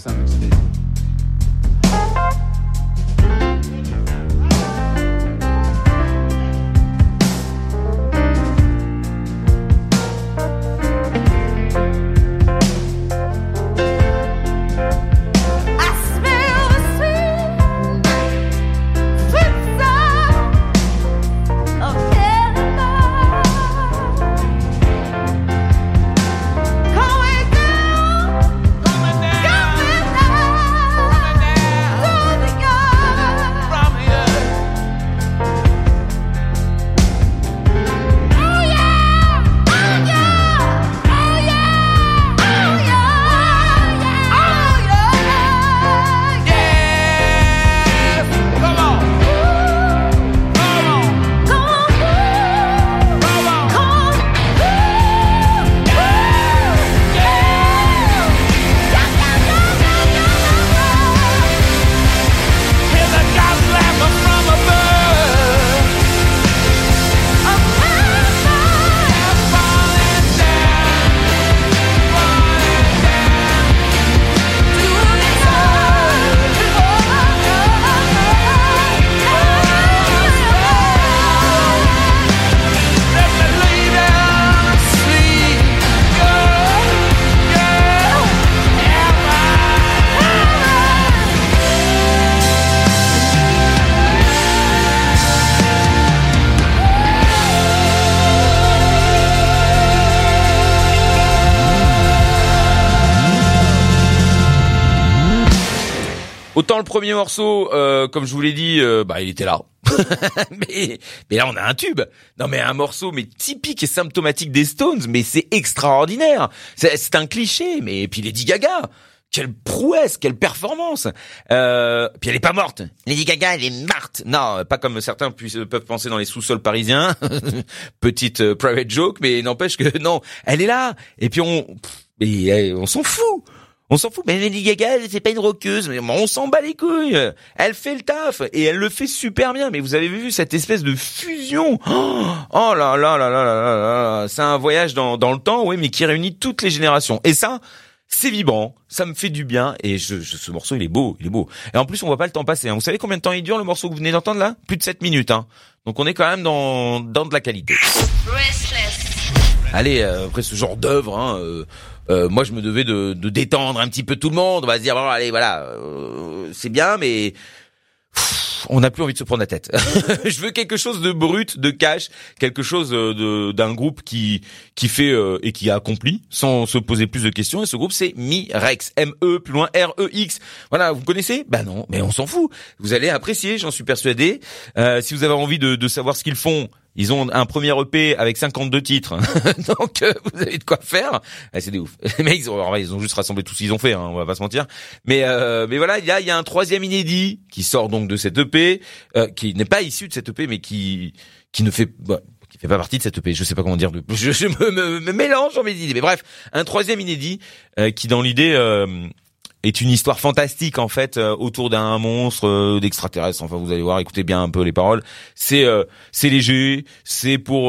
some extent. Autant le premier morceau, euh, comme je vous l'ai dit, euh, bah il était là. mais, mais là on a un tube. Non mais un morceau mais typique et symptomatique des Stones, mais c'est extraordinaire. C'est, c'est un cliché, mais puis Lady Gaga, quelle prouesse, quelle performance. Euh, puis elle est pas morte. Lady Gaga, elle est morte. Non, pas comme certains puissent, peuvent penser dans les sous-sols parisiens. Petite euh, private joke, mais n'empêche que non, elle est là. Et puis on, mais, on s'en fout. On s'en fout, mais Lady Gaga, c'est pas une rockeuse, mais on s'en bat les couilles. Elle fait le taf, et elle le fait super bien, mais vous avez vu cette espèce de fusion. Oh, oh là là là là là là là, c'est un voyage dans, dans le temps, oui, mais qui réunit toutes les générations. Et ça, c'est vibrant, ça me fait du bien, et je, je, ce morceau, il est beau, il est beau. Et en plus, on voit pas le temps passer, hein. Vous savez combien de temps il dure, le morceau que vous venez d'entendre là? Plus de sept minutes, hein. Donc on est quand même dans, dans de la qualité. Restless. Allez, euh, après ce genre d'œuvre, hein, euh, Euh, moi je me devais de, de détendre un petit peu tout le monde. On va se dire bon allez voilà, euh, c'est bien, mais pff, on n'a plus envie de se prendre la tête. Je veux quelque chose de brut, de cash, quelque chose de d'un groupe qui qui fait euh, et qui a accompli sans se poser plus de questions. Et ce groupe c'est Mi-Rex, M E plus loin R E X. Voilà, vous connaissez? Bah non, mais on s'en fout. Vous allez apprécier, j'en suis persuadé. Euh, si vous avez envie de, de savoir ce qu'ils font. Ils ont un premier E P avec cinquante-deux titres, donc euh, vous avez de quoi faire. Ah, c'est des ouf. Les mecs, ils ont, ils ont juste rassemblé tout ce qu'ils ont fait, hein, on va pas se mentir. Mais euh, mais voilà, il y a, il y a un troisième inédit qui sort donc de cet E P, euh, qui n'est pas issu de cet E P, mais qui qui ne fait bah, qui fait pas partie de cet E P. Je sais pas comment dire. Je, je me, me, me mélange dans mes idées. Mais bref, un troisième inédit euh, qui dans l'idée euh, est une histoire fantastique en fait euh, autour d'un monstre euh, d'extraterrestre. Enfin, vous allez voir, écoutez bien un peu les paroles. C'est euh, c'est léger, c'est pour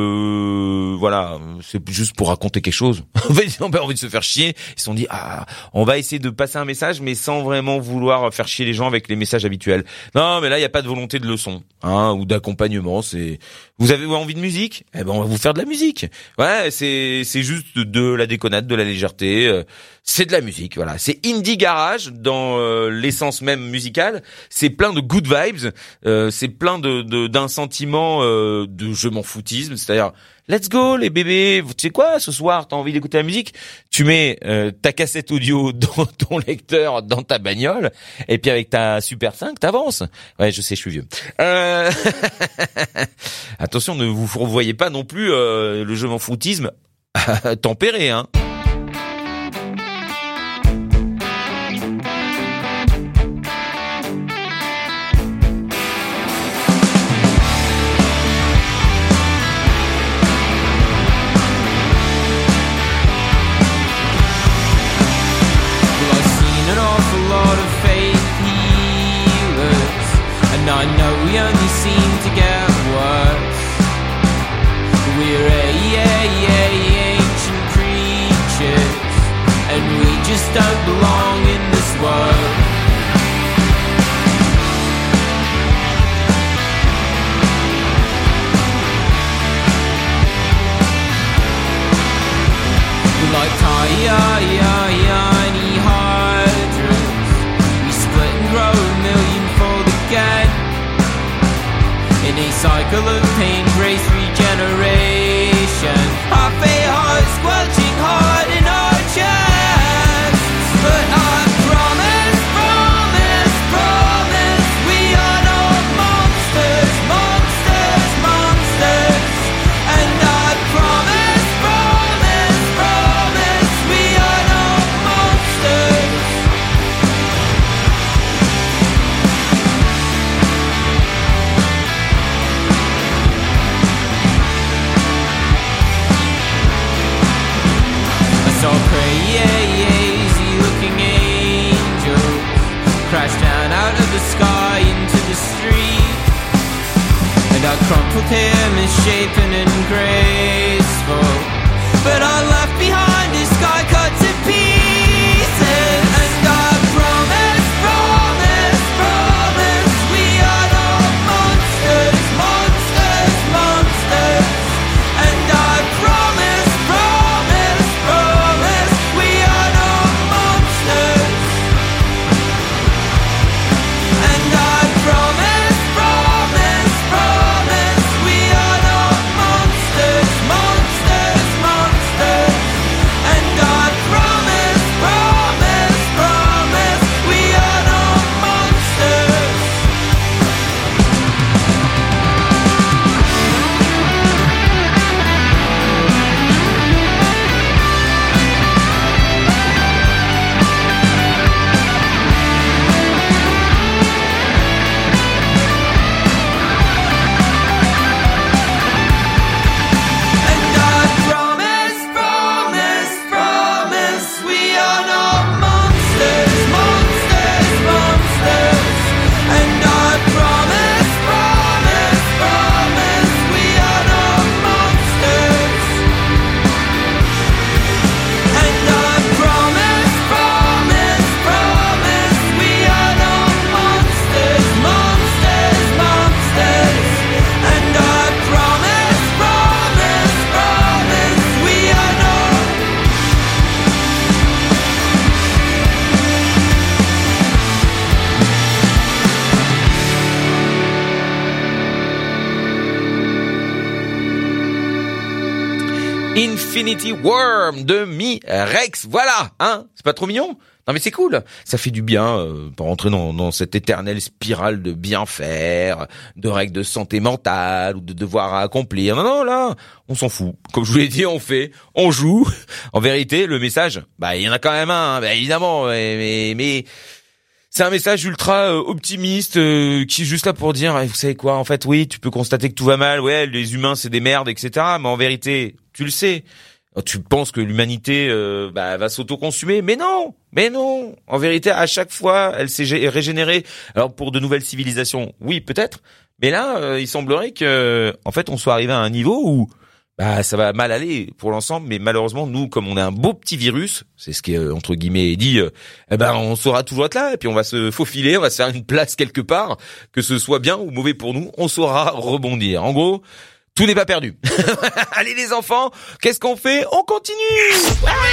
euh, voilà, c'est juste pour raconter quelque chose. Ils ont pas envie de se faire chier. Ils se sont dit ah, on va essayer de passer un message, mais sans vraiment vouloir faire chier les gens avec les messages habituels. Non, mais là il y a pas de volonté de leçon, hein, ou d'accompagnement. C'est vous avez envie de musique, eh ben on va vous faire de la musique. Ouais, c'est c'est juste de, de la déconnade, de la légèreté. Euh, c'est de la musique, voilà. C'est indie garage dans euh, l'essence même musicale. C'est plein de good vibes. Euh, c'est plein de, de d'un sentiment euh, de je m'en foutisme. C'est-à-dire let's go les bébés. Tu sais quoi, ce soir t'as envie d'écouter la musique, tu mets euh, ta cassette audio dans ton lecteur dans ta bagnole et puis avec ta Super cinq t'avances. Ouais, je sais, je suis vieux. Euh... Attention, ne vous revoyez pas non plus euh, le je m'en foutisme tempéré, hein. I know we only seem to get worse. We're a, a, a ancient creatures like tiny hydras, we split and grow a millionfold again. In a cycle of pain, grace, regeneration. Half a heart, squelching heart in our chests. But I promise, promise, promise, we are not monsters, monsters, monsters. And I promise, promise, promise, we are not monsters. I saw crazy looking angels crash down out of the sky into the street. And I crumpled here, misshapen and graceful, but I left behind a sky cut to pieces. And I promise, promise, promise, we are not monsters, monsters, monsters. And I promise, promise, promise, we are not monsters. And I promise, promise, promise, we are not monsters, monsters, monsters. And I promise, promise, promise, we are not monsters. And I promise, promise, promise, we are not monsters, monsters, monsters. And I promise, promise, promise, we are not monsters. And I promise, promise, promise, we are not monsters, monsters, monsters. And I promise, promise, promise, we are not. Infinity Worm de Mi-Rex. Voilà, hein, c'est pas trop mignon? Non mais c'est cool, ça fait du bien euh, pour rentrer dans, dans cette éternelle spirale de bien faire, de règles de santé mentale ou de devoirs à accomplir. Non, non, là, on s'en fout. Comme je vous l'ai dit, on fait, on joue. En vérité, le message, bah il y en a quand même un, hein, bah, évidemment, mais, mais, mais c'est un message ultra euh, optimiste euh, qui est juste là pour dire, eh, vous savez quoi, en fait, oui, tu peux constater que tout va mal, ouais, les humains c'est des merdes, et cetera. Mais en vérité, tu le sais. Tu penses que l'humanité euh, bah, va s'auto-consumer, mais non, mais non. En vérité, à chaque fois, elle s'est gé- régénérée. Alors pour de nouvelles civilisations, oui, peut-être. Mais là, euh, il semblerait que, en fait, on soit arrivé à un niveau où bah ça va mal aller pour l'ensemble. Mais malheureusement, nous, comme on est un beau petit virus, c'est ce qui est entre guillemets dit, euh, eh ben on saura toujours être là. Et puis on va se faufiler, on va se faire une place quelque part, que ce soit bien ou mauvais pour nous, on saura rebondir. En gros. Tout n'est pas perdu. Allez les enfants, qu'est-ce qu'on fait? On continue.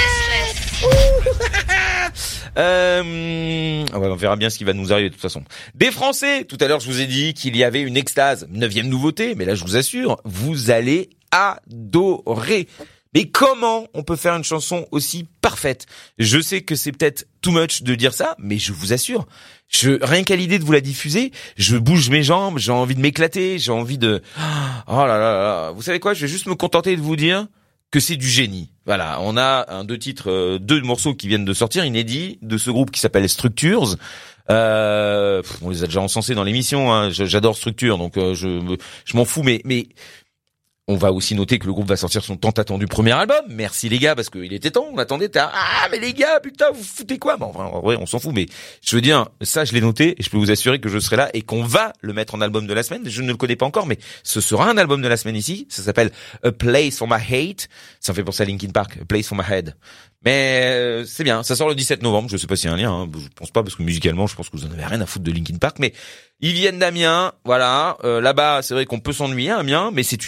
euh, ouais, on verra bien ce qui va nous arriver de toute façon. Des Français, tout à l'heure je vous ai dit qu'il y avait une extase, neuvième nouveauté, mais là je vous assure, vous allez adorer. Mais comment on peut faire une chanson aussi parfaite? Je sais que c'est peut-être too much de dire ça, mais je vous assure, je rien qu'à l'idée de vous la diffuser, je bouge mes jambes, j'ai envie de m'éclater, j'ai envie de... Oh là là là, vous savez quoi? Je vais juste me contenter de vous dire que c'est du génie. Voilà, on a un deux titres, euh, deux morceaux qui viennent de sortir, inédits, de ce groupe qui s'appelle Structures. Euh, on les a déjà encensés dans l'émission, hein. J'adore Structure, donc euh, je je m'en fous, mais mais on va aussi noter que le groupe va sortir son tant attendu premier album. Merci les gars, parce qu'il était temps, on attendait. Ah mais les gars, putain, vous foutez quoi? Bon, enfin, en vrai, on s'en fout, mais je veux dire, ça je l'ai noté et je peux vous assurer que je serai là et qu'on va le mettre en album de la semaine. Je ne le connais pas encore, mais ce sera un album de la semaine ici. Ça s'appelle A Place for My Hate. Ça me fait penser à Linkin Park, A Place for My Head. Mais euh, c'est bien, ça sort le dix-sept novembre. Je sais pas s'il y a un lien, hein. Je pense pas, parce que musicalement, je pense que vous en avez rien à foutre de Linkin Park, mais ils viennent d'Amiens, voilà. Euh, là-bas, c'est vrai qu'on peut s'ennuyer à Amiens, mais c'est une très belle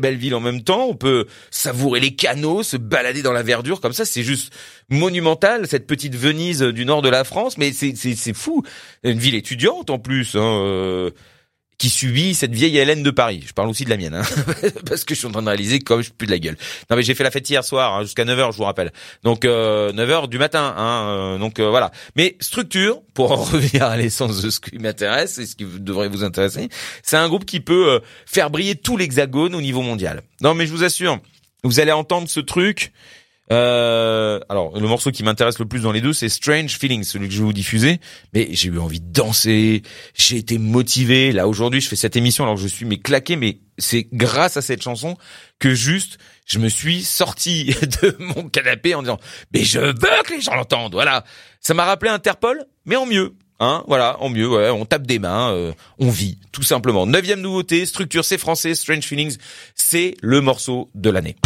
belles villes en même temps. On peut savourer les canaux, se balader dans la verdure comme ça. C'est juste monumental, cette petite Venise du nord de la France. Mais c'est c'est c'est fou. Une ville étudiante en plus, hein, euh, qui subit cette vieille Hélène de Paris. Je parle aussi de la mienne, hein, parce que je suis en train de réaliser comme je pue de la gueule. Non mais j'ai fait la fête hier soir, hein, jusqu'à neuf heures, je vous rappelle. Donc euh, neuf heures du matin, hein, euh, donc euh, voilà. Mais structure, pour en revenir à l'essence de ce qui m'intéresse et ce qui devrait vous intéresser, c'est un groupe qui peut euh, faire briller tout l'hexagone au niveau mondial. Non mais je vous assure, vous allez entendre ce truc. Euh, alors, le morceau qui m'intéresse le plus dans les deux, c'est Strange Feelings, celui que je vais vous diffuser. Mais j'ai eu envie de danser, j'ai été motivé. Là, aujourd'hui, je fais cette émission alors que je suis mais claqué, mais c'est grâce à cette chanson que juste, je me suis sorti de mon canapé en disant, mais je veux que les gens l'entendent. Voilà. Ça m'a rappelé Interpol, mais en mieux. Hein, voilà, en mieux, ouais, on tape des mains, euh, on vit, tout simplement. Neuvième nouveauté, structure, c'est français, Strange Feelings, c'est le morceau de l'année.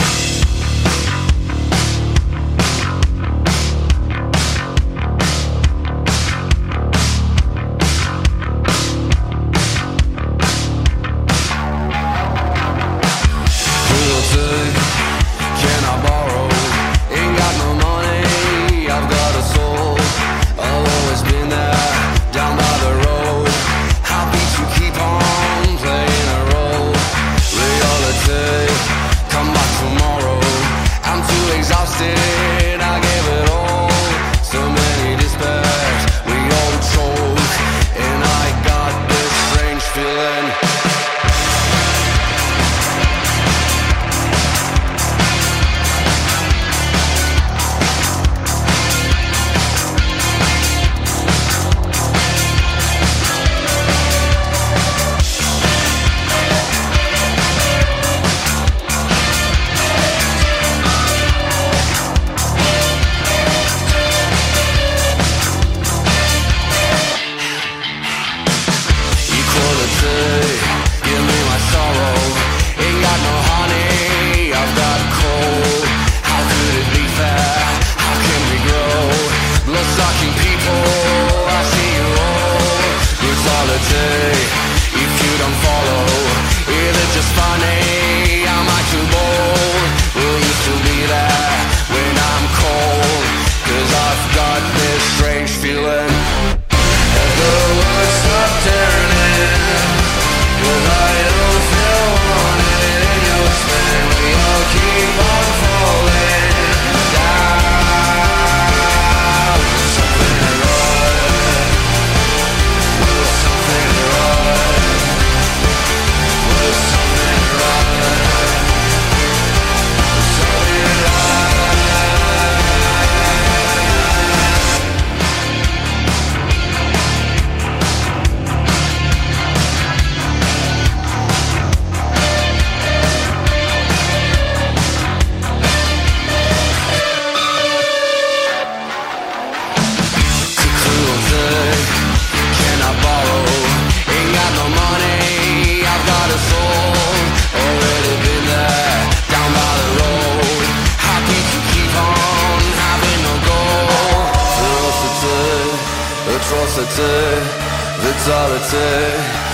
Vitality,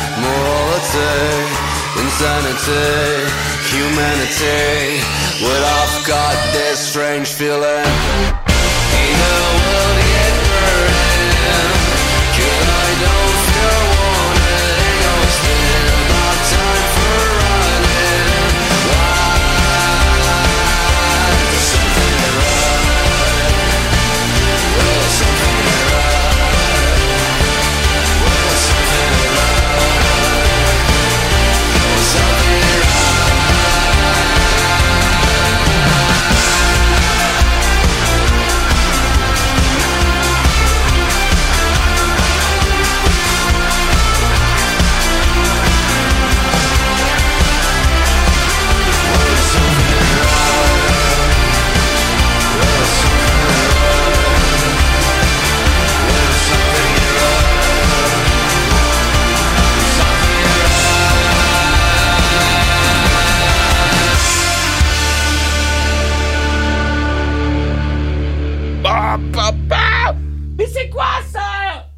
morality, insanity, humanity. Well, I've got this strange feeling. Ain't the world yet burning? 'Cause I don't feel wanted. Ain't no spending my time for running. Why? There's something right. Well, there's something right.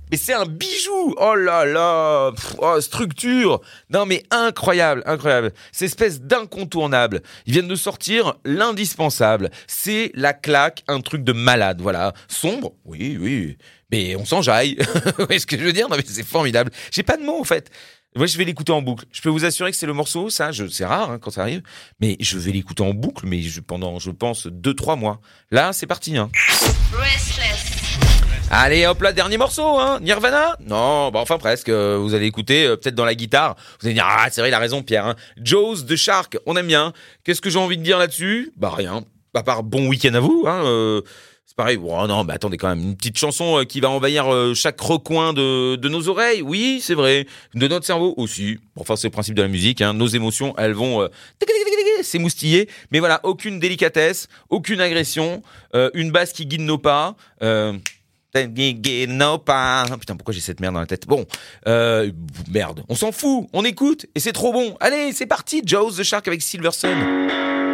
Mais c'est un bijou. Oh là là. Pff, oh, structure. Non mais incroyable, incroyable. Cette espèce d'incontournable. Ils viennent de sortir l'indispensable. C'est la claque, un truc de malade. Voilà. Sombre. Oui, oui. Mais on s'enjaille. Vous voyez ce que je veux dire? Non mais c'est formidable. J'ai pas de mots en fait. Moi, je vais l'écouter en boucle. Je peux vous assurer que c'est le morceau, ça, je, c'est rare hein, quand ça arrive, mais je vais l'écouter en boucle, mais je, pendant, je pense, deux, trois mois. Là, c'est parti. Hein. Restless. Allez, hop là, dernier morceau, hein. Nirvana? Non, bah enfin presque. Euh, vous allez écouter euh, peut-être dans la guitare. Vous allez dire, ah, c'est vrai, il a raison, Pierre. Hein. Jaws the Shark, on aime bien. Qu'est-ce que j'ai envie de dire là-dessus? Bah rien. À part bon week-end à vous. Hein. Euh, c'est pareil. Oh non, bah attendez quand même. Une petite chanson euh, qui va envahir euh, chaque recoin de, de nos oreilles. Oui, c'est vrai. De notre cerveau aussi. Bon, enfin, c'est le principe de la musique. Hein. Nos émotions, elles vont euh, s'émoustiller. Mais voilà, aucune délicatesse, aucune agression, euh, une basse qui guide nos pas. Euh, No pas. Putain, pourquoi j'ai cette merde dans la tête? Bon, euh, merde, on s'en fout, on écoute et c'est trop bon. Allez, c'est parti, Jaws the Shark avec Silverson.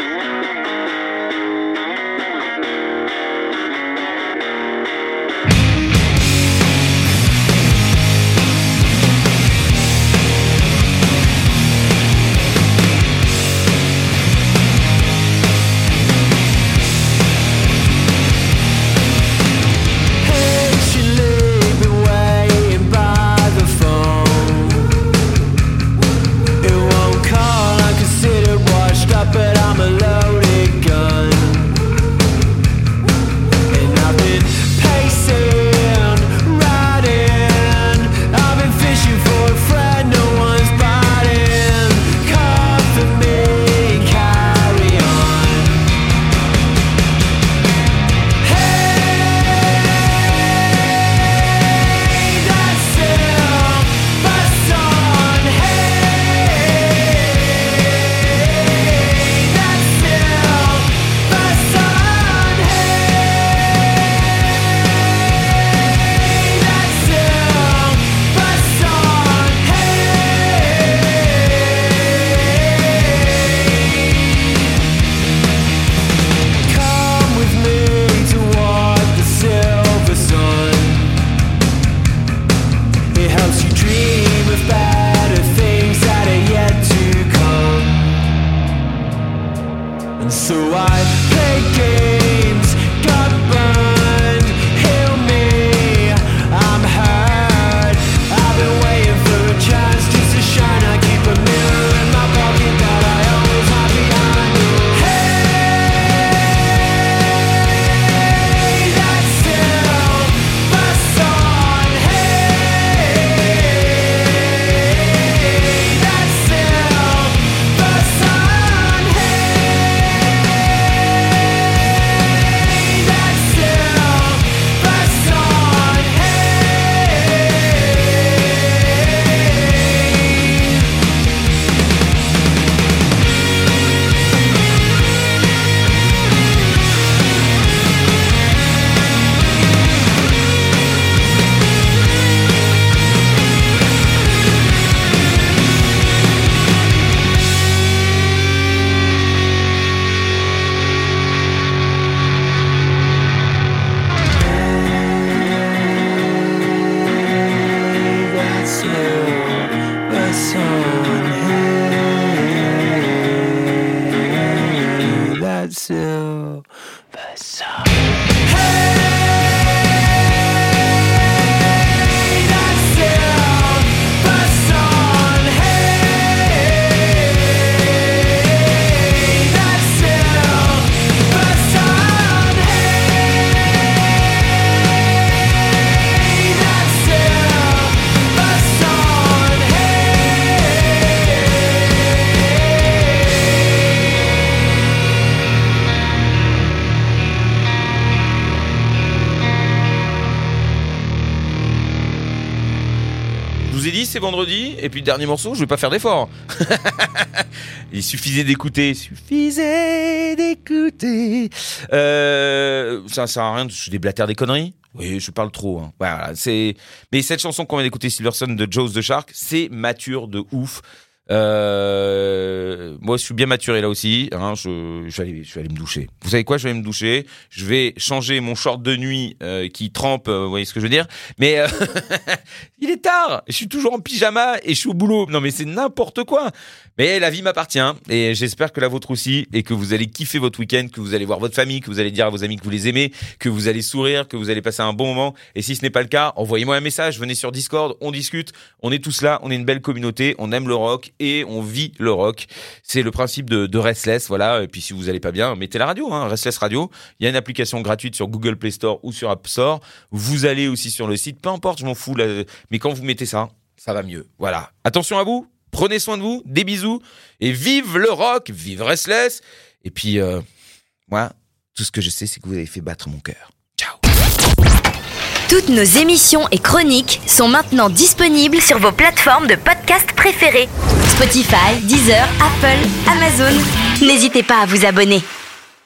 C'est vendredi, et puis le dernier morceau, je vais pas faire d'effort. Il suffisait d'écouter, suffisait d'écouter. Euh, ça sert à rien, je déblatère des conneries. Oui, je parle trop. Hein. Voilà, c'est. Mais cette chanson qu'on vient d'écouter, Silverson de Jaws the Shark, c'est mature de ouf. Euh, moi, je suis bien maturé là aussi. Hein, je, je, vais aller, je vais aller me doucher. Vous savez quoi? Je vais aller me doucher. Je vais changer mon short de nuit euh, qui trempe. Euh, vous voyez ce que je veux dire? Mais euh, il est tard. Je suis toujours en pyjama et je suis au boulot. Non, mais c'est n'importe quoi. Mais la vie m'appartient et j'espère que la vôtre aussi et que vous allez kiffer votre week-end, que vous allez voir votre famille, que vous allez dire à vos amis que vous les aimez, que vous allez sourire, que vous allez passer un bon moment. Et si ce n'est pas le cas, envoyez-moi un message. Venez sur Discord, on discute. On est tous là. On est une belle communauté. On aime le rock. Et on vit le rock. C'est le principe de, de Restless, voilà. Et puis si vous allez pas bien, mettez la radio, hein, Restless Radio. Il y a une application gratuite sur Google Play Store ou sur App Store. Vous allez aussi sur le site, peu importe, je m'en fous. Là, mais quand vous mettez ça, ça va mieux. Voilà. Attention à vous, prenez soin de vous, des bisous et vive le rock, vive Restless. Et puis euh, moi, tout ce que je sais, c'est que vous avez fait battre mon cœur. Ciao. Toutes nos émissions et chroniques sont maintenant disponibles sur vos plateformes de podcast préférées. Spotify, Deezer, Apple, Amazon. N'hésitez pas à vous abonner.